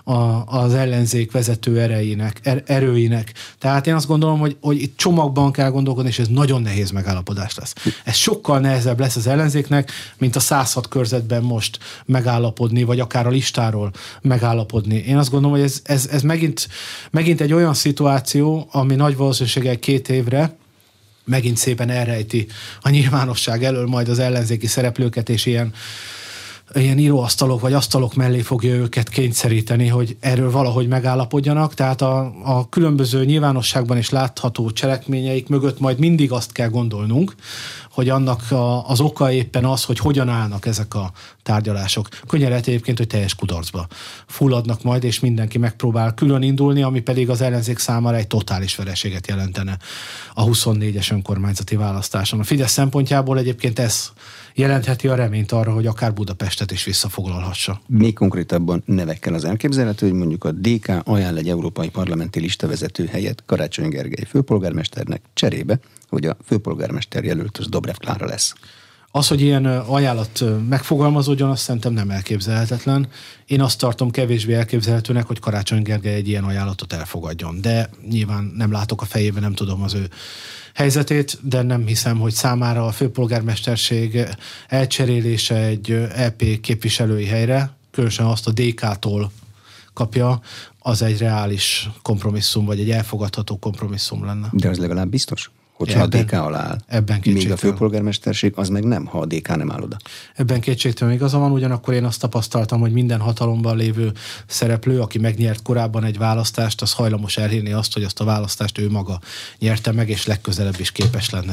az ellenzék vezető erőinek. Tehát én azt gondolom, hogy itt csomagban kell gondolkodni, és ez nagyon nehéz megállapodás lesz. Ez sokkal nehezebb lesz az ellenzéknek, mint a 106 körzetben most megállapodni, vagy akár a listáról megállapodni. Én azt gondolom, hogy ez megint egy olyan szituáció, ami nagy valószínűséggel 2 évre megint szépen elrejti a nyilvánosság elől majd az ellenzéki szereplőket, és ilyen íróasztalok vagy asztalok mellé fogja őket kényszeríteni, hogy erről valahogy megállapodjanak. Tehát a különböző nyilvánosságban is látható cselekményeik mögött majd mindig azt kell gondolnunk, hogy annak az oka éppen az, hogy hogyan állnak ezek a tárgyalások. Könnyen lehet egyébként, hogy teljes kudarcba fulladnak majd, és mindenki megpróbál külön indulni, ami pedig az ellenzék számára egy totális vereséget jelentene a 24-es önkormányzati választáson. A Fidesz szempontjából egyébként ez jelentheti a reményt arra, hogy akár Budapestet is visszafoglalhassa. Még konkrétabban nevekkel az elképzelhető, hogy mondjuk a DK ajánl egy európai parlamenti listavezető helyet Karácsony Gergely főpolgármesternek cserébe, hogy a főpolgármester jelölt az Dobrev Klára lesz. Az, hogy ilyen ajánlat megfogalmazódjon, azt szerintem nem elképzelhetetlen. Én azt tartom kevésbé elképzelhetőnek, hogy Karácsony Gergely egy ilyen ajánlatot elfogadjon. De nyilván nem látok a fejében, nem tudom az ő helyzetét, de nem hiszem, hogy számára a főpolgármesterség elcserélése egy EP képviselői helyre, különösen azt a DK-tól kapja, az egy reális kompromisszum, vagy egy elfogadható kompromisszum lenne. De az legalább biztos? Hogyha a DK alá áll. Ebben még a főpolgármesterség az meg nem, ha a DK nem áll oda. Ebben kétségtelen igaza van, ugyanakkor én azt tapasztaltam, hogy minden hatalomban lévő szereplő, aki megnyert korábban egy választást, az hajlamos elhinni azt, hogy azt a választást ő maga nyerte meg, és legközelebb is képes lenne rá.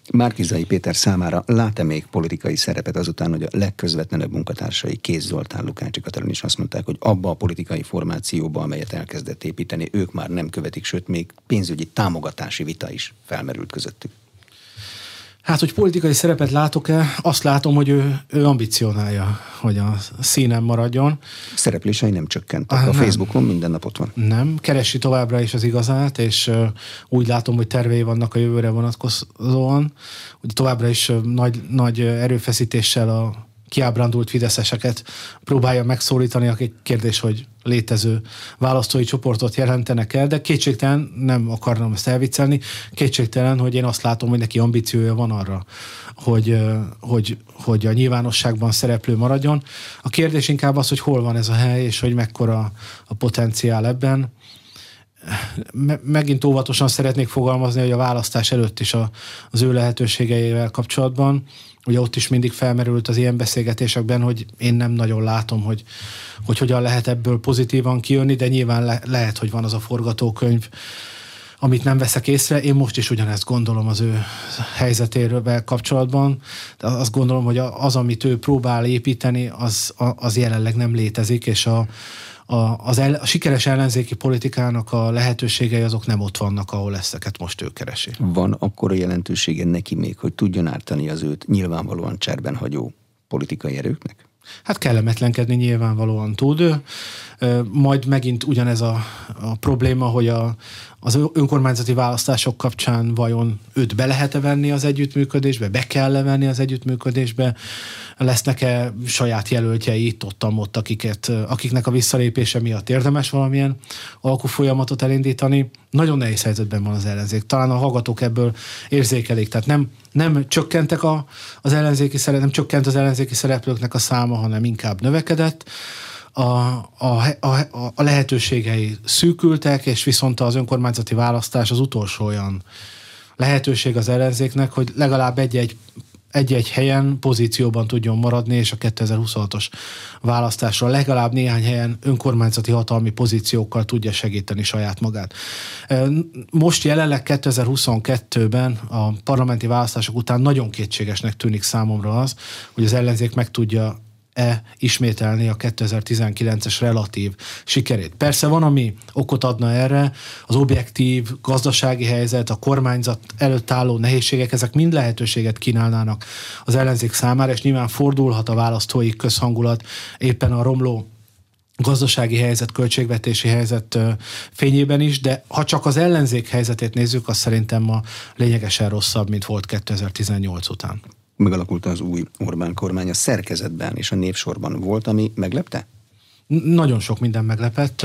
Márki-Zay Péter számára lát-e még politikai szerepet azután, hogy a legközvetlenebb munkatársai Kéz Zoltán, Lukácsi Katalin is azt mondták, hogy abba a politikai formációba, amelyet elkezdett építeni, ők már nem követik, sőt még pénzügyi támogatási vita is felmerült közöttük? Hát, hogy politikai szerepet látok-e, azt látom, hogy ő ambicionálja, hogy a színen maradjon. Szereplései nem csökkentek. A Facebookon minden nap ott van. Nem, keresi továbbra is az igazát, és úgy látom, hogy tervei vannak a jövőre vonatkozóan, hogy továbbra is nagy erőfeszítéssel a kiábrándult fideszeseket próbálja megszólítani, akik kérdés, hogy létező választói csoportot jelentenek el, de kétségtelen, nem akarnom ezt elviccelni, kétségtelen, hogy én azt látom, hogy neki ambíciója van arra, hogy a nyilvánosságban szereplő maradjon. A kérdés inkább az, hogy hol van ez a hely, és hogy mekkora a potenciál ebben. Megint óvatosan szeretnék fogalmazni, hogy a választás előtt is az ő lehetőségeivel kapcsolatban, ugye ott is mindig felmerült az ilyen beszélgetésekben, hogy én nem nagyon látom, hogy hogyan lehet ebből pozitívan kijönni, de nyilván lehet, hogy van az a forgatókönyv, amit nem veszek észre. Én most is ugyanezt gondolom az ő helyzetéről kapcsolatban. De azt gondolom, hogy az, amit ő próbál építeni, az jelenleg nem létezik, és a sikeres ellenzéki politikának a lehetőségei azok nem ott vannak, ahol ezeket most ő keresi. Van akkora jelentősége neki még, hogy tudjon ártani az őt nyilvánvalóan cserben hagyó politikai erőknek? Hát kellemetlenkedni nyilvánvalóan tud. Majd megint ugyanez a probléma, hogy az önkormányzati választások kapcsán vajon őt be lehet-e venni az együttműködésbe, be kell-e venni az együttműködésbe, lesznek-e saját jelöltjei itt-ott, akiknek a visszalépése miatt érdemes valamilyen alkufolyamatot elindítani. Nagyon nehéz helyzetben van az ellenzék. Talán a hallgatók ebből érzékelik. Tehát nem csökkentek nem csökkent az ellenzéki szereplőknek a száma, hanem inkább növekedett. A lehetőségei szűkültek, és viszont az önkormányzati választás az utolsó olyan lehetőség az ellenzéknek, hogy legalább egy-egy helyen pozícióban tudjon maradni, és a 2026-os választásra legalább néhány helyen önkormányzati hatalmi pozíciókkal tudja segíteni saját magát. Most jelenleg 2022-ben a parlamenti választások után nagyon kétségesnek tűnik számomra az, hogy az ellenzék meg tudja ismételni a 2019-es relatív sikerét. Persze van, ami okot adna erre, az objektív gazdasági helyzet, a kormányzat előtt álló nehézségek, ezek mind lehetőséget kínálnának az ellenzék számára, és nyilván fordulhat a választói közhangulat éppen a romló gazdasági helyzet, költségvetési helyzet fényében is, de ha csak az ellenzék helyzetét nézzük, az szerintem ma lényegesen rosszabb, mint volt 2018 után. Megalakult az új Orbán kormány, a szerkezetben és a névsorban volt, ami meglepte? Nagyon sok minden meglepett.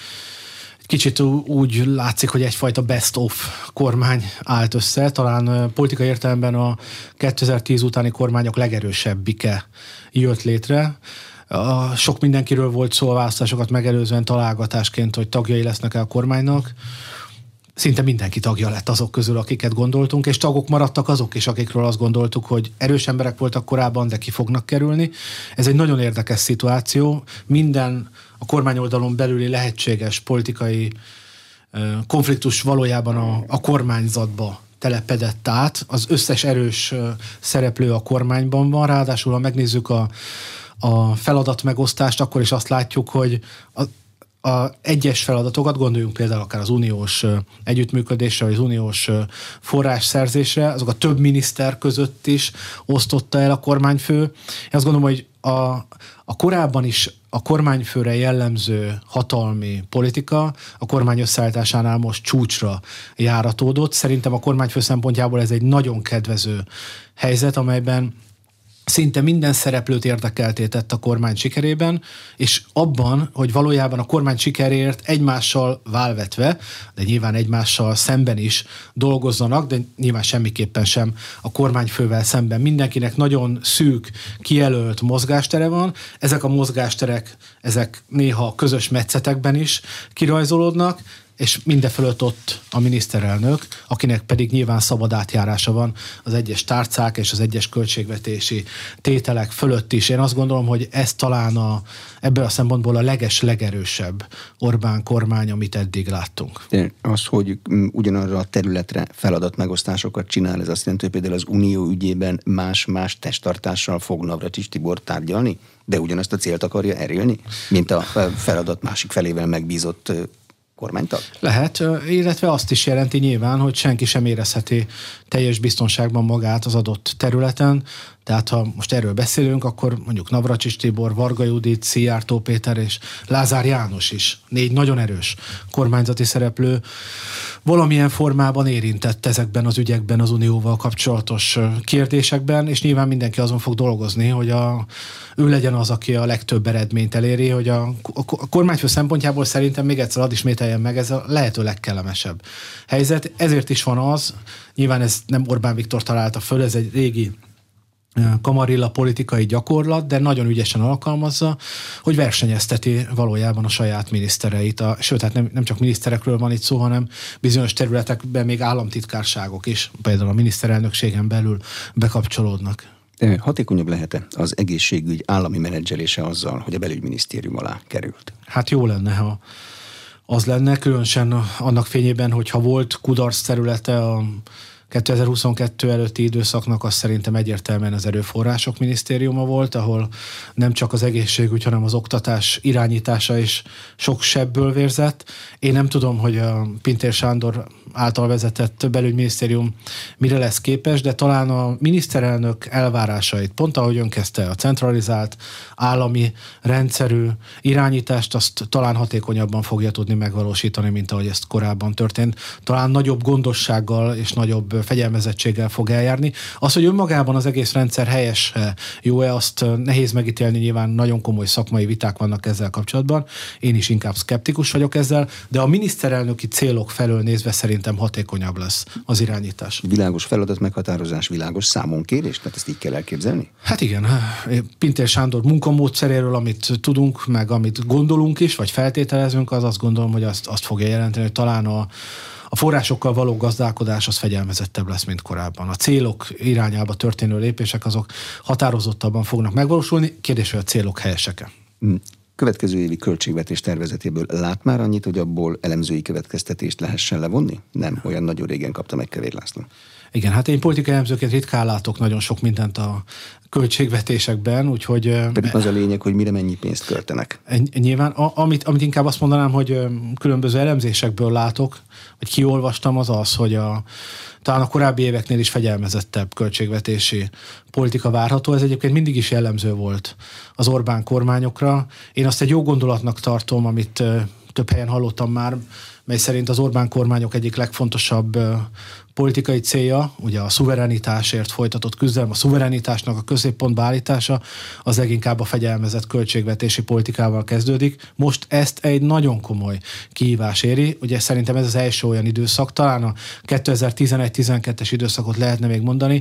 Egy kicsit úgy látszik, hogy egyfajta best-of kormány állt össze. Talán politikai értelemben a 2010 utáni kormányok legerősebbike jött létre. Sok mindenkiről volt szó a választásokat megelőzően találgatásként, hogy tagjai lesznek-e a kormánynak. Szinte mindenki tagja lett azok közül, akiket gondoltunk, és tagok maradtak azok is, akikről azt gondoltuk, hogy erős emberek voltak korábban, de ki fognak kerülni. Ez egy nagyon érdekes szituáció. Minden a kormányoldalon belüli lehetséges politikai konfliktus valójában a kormányzatba telepedett át. Az összes erős szereplő a kormányban van, ráadásul ha megnézzük a feladatmegosztást, akkor is azt látjuk, hogy a egyes feladatokat, gondoljunk például akár az uniós együttműködésre, vagy az uniós forrásszerzésre, azok a több miniszter között is osztotta el a kormányfő. Én azt gondolom, hogy a korábban is a kormányfőre jellemző hatalmi politika a kormány összeállításánál most csúcsra járatódott. Szerintem a kormányfő szempontjából ez egy nagyon kedvező helyzet, amelyben szinte minden szereplőt érdekelté tett a kormány sikerében, és abban, hogy valójában a kormány sikeréért egymással válvetve, de nyilván egymással szemben is dolgozzanak, de nyilván semmiképpen sem a kormányfővel szemben. Mindenkinek nagyon szűk, kijelölt mozgástere van. Ezek a mozgásterek, ezek néha közös metszetekben is kirajzolódnak, és mindefölött ott a miniszterelnök, akinek pedig nyilván szabad átjárása van az egyes tárcák és az egyes költségvetési tételek fölött is. Én azt gondolom, hogy ez talán ebből a szempontból a legerősebb Orbán kormány, amit eddig láttunk. De az, hogy ugyanarra a területre feladatmegosztásokat csinál, ez azt jelenti, hogy például az Unió ügyében más testtartással fog Navracsics Tibor tárgyalni, de ugyanazt a célt akarja elérni, mint a feladat másik felével megbízott kormánytag? Lehet, illetve azt is jelenti nyilván, hogy senki sem érezheti teljes biztonságban magát az adott területen. Tehát ha most erről beszélünk, akkor mondjuk Navracsics Tibor, Varga Judit, Szijjártó Péter és Lázár János is, 4 nagyon erős kormányzati szereplő, valamilyen formában érintett ezekben az ügyekben, az Unióval kapcsolatos kérdésekben, és nyilván mindenki azon fog dolgozni, hogy ő legyen az, aki a legtöbb eredményt eléri, hogy a kormányfő szempontjából szerintem még egyszer hadd ismételjem meg, ez a lehető legkellemesebb helyzet. Ezért is van az, nyilván ez nem Orbán Viktor találta föl, ez egy régi kamarilla politikai gyakorlat, de nagyon ügyesen alkalmazza, hogy versenyezteti valójában a saját minisztereit. Sőt, hát nem csak miniszterekről van itt szó, hanem bizonyos területekben még államtitkárságok is, például a miniszterelnökségen belül bekapcsolódnak. Hatékonyabb lehet-e az egészségügy állami menedzselése azzal, hogy a belügyminisztérium alá került? Hát jó lenne, ha az lenne, különösen annak fényében, hogyha volt kudarc területe a 2022 előtti időszaknak, az szerintem egyértelműen az erőforrások minisztériuma volt, ahol nem csak az egészségügy, hanem az oktatás irányítása is sok sebből vérzett. Én nem tudom, hogy a Pintér Sándor által vezetett belügyminisztérium mire lesz képes, de talán a miniszterelnök elvárásait, pont ahogy ön kezdte, a centralizált, állami rendszerű irányítást, azt talán hatékonyabban fogja tudni megvalósítani, mint ahogy ezt korábban történt. Talán nagyobb gondossággal és nagyobb fegyelmezettséggel fog eljárni. Az, hogy önmagában az egész rendszer helyes, jó-e, azt nehéz megítélni, nyilván nagyon komoly szakmai viták vannak ezzel kapcsolatban. Én is inkább szkeptikus vagyok ezzel, de a miniszterelnöki célok felől nézve szerintem hatékonyabb lesz az irányítás. Világos feladat meghatározás, világos számonkérés, tehát ezt így kell elképzelni? Hát igen, Pintér Sándor munkamódszeréről, amit tudunk, meg amit gondolunk is, vagy feltételezünk, az azt gondolom, hogy azt fogja jelenteni, hogy talán a forrásokkal való gazdálkodás az fegyelmezettebb lesz, mint korábban. A célok irányába történő lépések azok határozottabban fognak megvalósulni. Kérdés, hogy a célok helyesek-e? Következő évi költségvetés tervezetéből lát már annyit, hogy abból elemzői következtetést lehessen levonni? Nem, olyan nagyon régen kapta meg Kevér László. Igen, hát én politikai elemzőként ritkán látok nagyon sok mindent a költségvetésekben, úgyhogy... Pedig az a lényeg, hogy mire mennyi pénzt költenek. Nyilván, amit inkább azt mondanám, hogy különböző elemzésekből látok, vagy kiolvastam, az, hogy talán a korábbi éveknél is fegyelmezettebb költségvetési politika várható. Ez egyébként mindig is jellemző volt az Orbán kormányokra. Én azt egy jó gondolatnak tartom, amit több helyen hallottam már, mely szerint az Orbán kormányok egyik legfontosabb politikai célja, ugye a szuverenitásért folytatott küzdelem, a szuverenitásnak a középpontba állítása, az leginkább a fegyelmezett költségvetési politikával kezdődik. Most ezt egy nagyon komoly kihívás éri. Ugye szerintem ez az első olyan időszak, talán a 2011-12-es időszakot lehetne még mondani,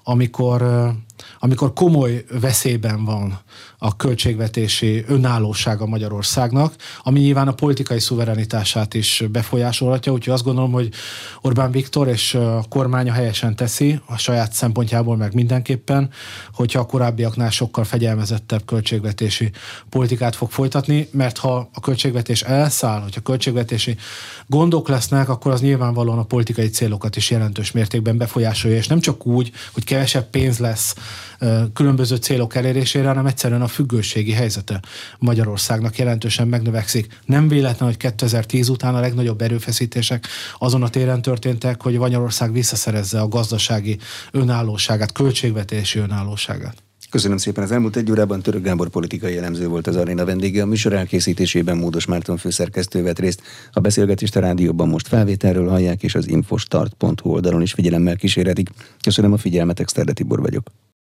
amikor komoly veszélyben van a költségvetési önállósága Magyarországnak, ami nyilván a politikai szuverenitását is befolyásolhatja, úgyhogy azt gondolom, hogy Orbán Viktor és a kormánya helyesen teszi, a saját szempontjából meg mindenképpen, hogyha a korábbiaknál sokkal fegyelmezettebb költségvetési politikát fog folytatni, mert ha a költségvetés elszáll, hogyha költségvetési gondok lesznek, akkor az nyilvánvalóan a politikai célokat is jelentős mértékben befolyásolja, és nem csak úgy, hogy kevesebb pénz lesz különböző célok elérésére, hanem egyszerűen a függőségi helyzete Magyarországnak jelentősen megnövekszik. Nem véletlen, hogy 2010 után a legnagyobb erőfeszítések azon a téren történtek, hogy Magyarország visszaszerezze a gazdasági önállóságát, költségvetési önállóságát. Köszönöm szépen. Az elmúlt egy órában Török Gábor politikai elemző volt az Aréna vendége. A műsor elkészítésében Módos Márton főszerkesztő vett részt. A beszélgetést a rádióban most felvételről hallják, és az infostart.hu oldalon is figyelemmel kísérhetik. Köszönöm a figyelmet, Exterde Tibor vagyok.